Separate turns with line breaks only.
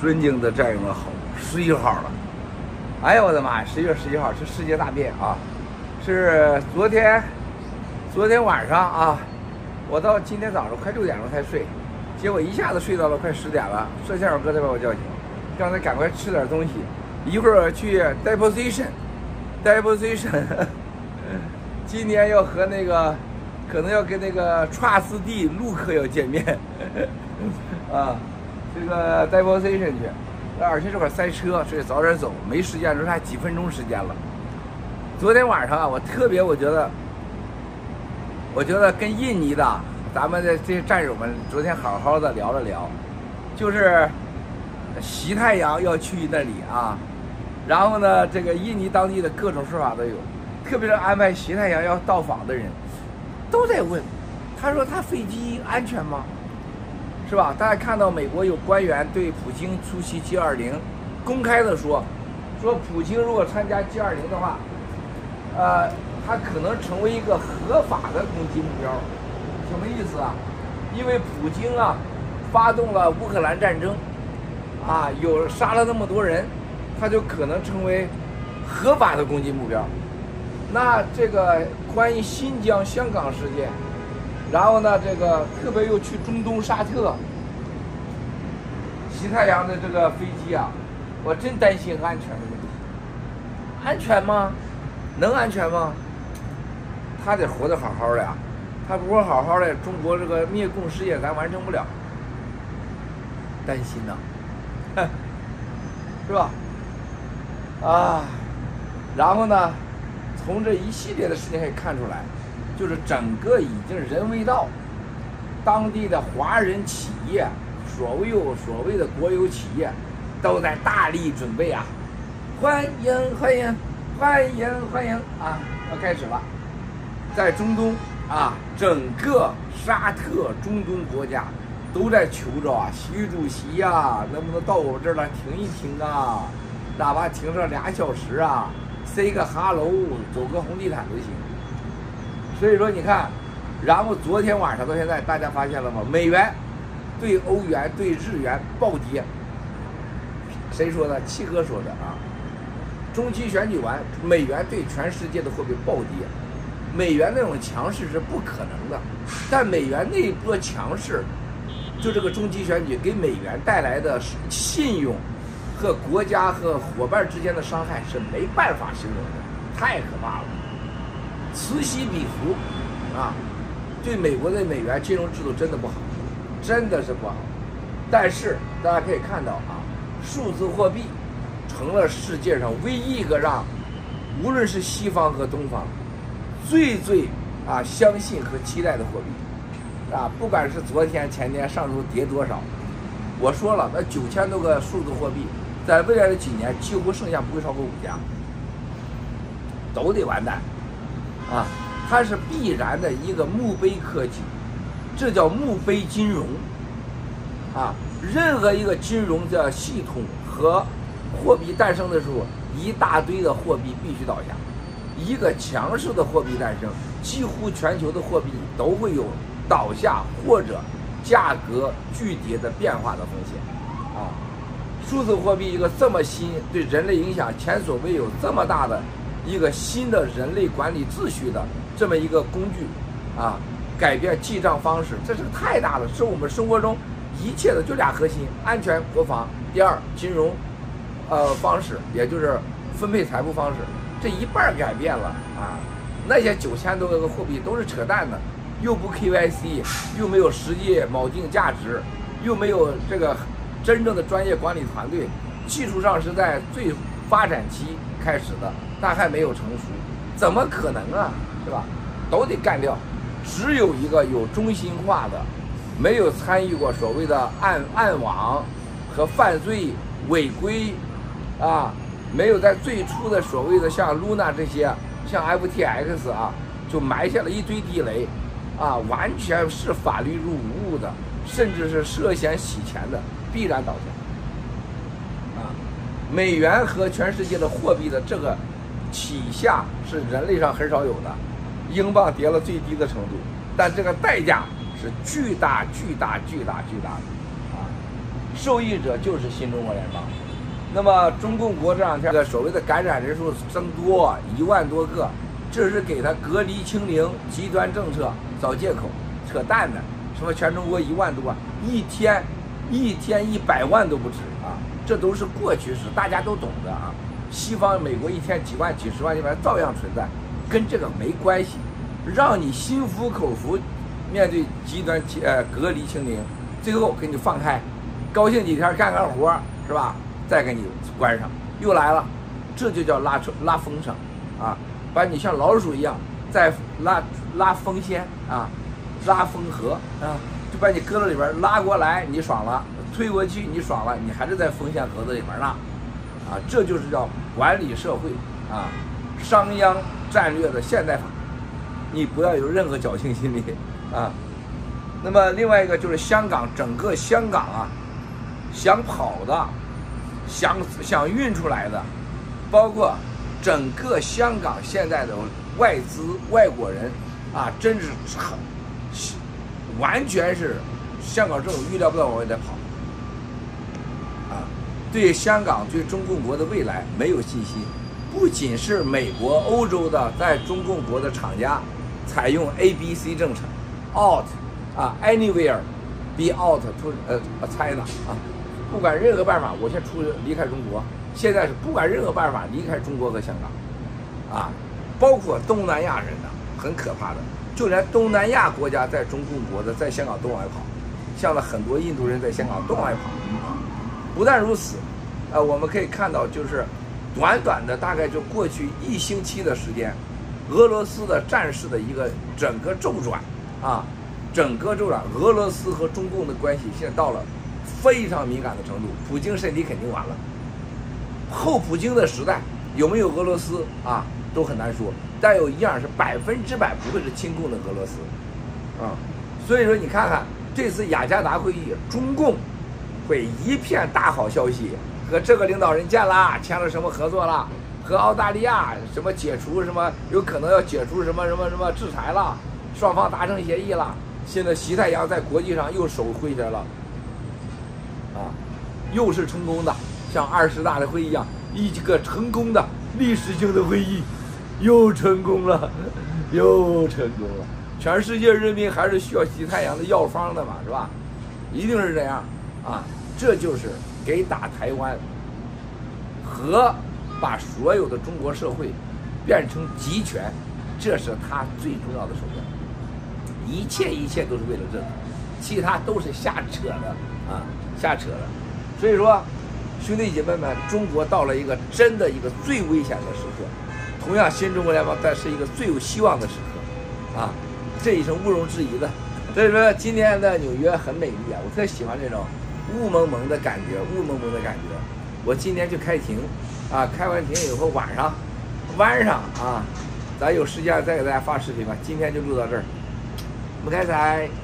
尊敬的战友们好，11号了，哎呀我的妈呀，11月11号是世界大变啊！是昨天晚上啊，我到今天早上快6点钟才睡，结果一下子睡到了快10点了，摄像哥才把我叫醒，刚才赶快吃点东西，一会儿去 deposition， 今年要和那个可能要跟那个查斯蒂陆克要见面啊。这个 deposition 去，而且这块塞车，所以早点走，没时间，这还几分钟时间了。昨天晚上啊，我觉得跟印尼的咱们的这些战友们昨天好好的聊了聊，就是西太阳要去那里啊，然后呢，这个印尼当地的各种说法都有，特别是安排西太阳要到访的人，都在问，他说他飞机安全吗？是吧？大家看到美国有官员对普京出席 G20， 公开的说普京如果参加 G20 的话，他可能成为一个合法的攻击目标。什么意思啊？因为普京啊，发动了乌克兰战争，啊，杀了那么多人，他就可能成为合法的攻击目标。那这个关于新疆、香港事件。然后呢，这个特别又去中东沙特，西太阳的这个飞机啊，我真担心安全的问题。安全吗？能安全吗？他得活得好好的呀，他不活好好的，中国这个灭共事业咱完成不了，担心呐，是吧？啊，然后呢，从这一系列的事情可以看出来。就是整个已经人为到当地的华人企业，所谓的国有企业，都在大力准备啊，欢迎啊，要开始了。在中东啊，整个沙特、中东国家都在求着啊，习主席呀，能不能到我们这儿来停一停啊？哪怕停上2小时啊 ，say 个 hello， 走个红地毯都行。所以说你看，然后昨天晚上到现在，大家发现了吗？美元对欧元对日元暴跌，谁说的？七哥说的啊。中期选举完，美元对全世界的货币暴跌，美元那种强势是不可能的。但美元那一波强势，就这个中期选举给美元带来的信用和国家和伙伴之间的伤害是没办法形容的，太可怕了。此起彼伏，啊，对美国的美元金融制度真的不好，真的是不好。但是大家可以看到啊，数字货币成了世界上唯一一个让无论是西方和东方最相信和期待的货币啊！不管是昨天、前天、上周跌多少，我说了，那9000多个数字货币，在未来的几年几乎剩下不会超过5家，都得完蛋。啊，它是必然的一个墓碑科技，这叫墓碑金融。啊，任何一个金融的系统和货币诞生的时候，一大堆的货币必须倒下。一个强势的货币诞生，几乎全球的货币都会有倒下或者价格巨跌的变化的风险。啊，数字货币一个这么新，对人类影响前所未有这么大的。一个新的人类管理秩序的这么一个工具，啊，改变记账方式，这是太大了，是我们生活中一切的就2核心：安全、国防；第二，金融，方式，也就是分配财富方式，这一半改变了啊。那些9000多个货币都是扯淡的，又不 KYC， 又没有实际锚定价值，又没有这个真正的专业管理团队，技术上是在最发展期开始的。但还没有成熟，怎么可能啊？是吧？都得干掉。只有一个有中心化的，没有参与过所谓的暗网和犯罪违规，啊，没有在最初的所谓的像 Luna 这些，像 FTX 啊，就埋下了一堆地雷，啊，完全是法律入无误的，甚至是涉嫌洗钱的，必然倒下。啊，美元和全世界的货币的这个。起下是人类上很少有的，英镑跌了最低的程度，但这个代价是巨大的啊！ 受益者就是新中国联邦。那么中共国这两天的所谓的感染人数增多1万多个，这是给他隔离清零极端政策找借口，扯淡的。什么全中国1万多，一天100万都不止啊！这都是过去式，大家都懂的啊。西方美国一天几万、几十万、100万照样存在，跟这个没关系。让你心服口服，面对极端隔离清零，最后给你放开，高兴几天干活是吧？再给你关上，又来了，这就叫拉风声啊！把你像老鼠一样再拉风线啊，拉风盒啊，就把你搁到里边拉过来，你爽了；推过去你爽了，你还是在风线盒子里边呢啊！这就是叫管理社会啊，商鞅战略的现代法。你不要有任何侥幸心理啊。那么另外一个就是香港，整个香港啊，想跑的，想运出来的，包括整个香港现在的外资外国人啊，真是完全是香港政府预料不到往外在跑啊，对香港对中共国的未来没有信心。不仅是美国、欧洲的在中共国的厂家采用 ABC 政策 ，out 啊 ，anywhere be out to China 啊，不管任何办法，我先离开中国。现在是不管任何办法离开中国和香港，啊，包括东南亚人呢，很可怕的，就连东南亚国家在中共国的在香港都往外跑，像了很多印度人在香港都往外跑。不但如此，我们可以看到，就是短短的大概就过去1星期的时间。俄罗斯的战事的一个整个周转啊，俄罗斯和中共的关系现在到了非常敏感的程度，普京身体肯定完了。后普京的时代有没有俄罗斯啊，都很难说，但有一样是100%不会是亲共的俄罗斯啊。所以说你看看这次雅加达会议，中共会一片大好消息，和这个领导人见了，签了什么合作了。和澳大利亚什么解除什么有可能要解除什么制裁了，双方达成协议了。现在习太阳在国际上又手挥着了，啊，又是成功的，像20大的会议一样，一个成功的历史性的会议，又成功了。全世界人民还是需要习太阳的药方的嘛，是吧？一定是这样啊，这就是给打台湾和。把所有的中国社会变成集权，这是他最重要的手段。一切都是为了这个，其他都是瞎扯的啊，瞎扯的。所以说，兄弟姐妹们，中国到了一个真的一个最危险的时刻。同样，新中国联邦但是一个最有希望的时刻啊，这也是毋庸置疑的。所以说，今天的纽约很美丽啊，我特喜欢这种雾蒙蒙的感觉，我今天就开庭。啊，开完庭以后晚上啊，咱有时间再给大家发视频吧。今天就录到这儿，不该仔。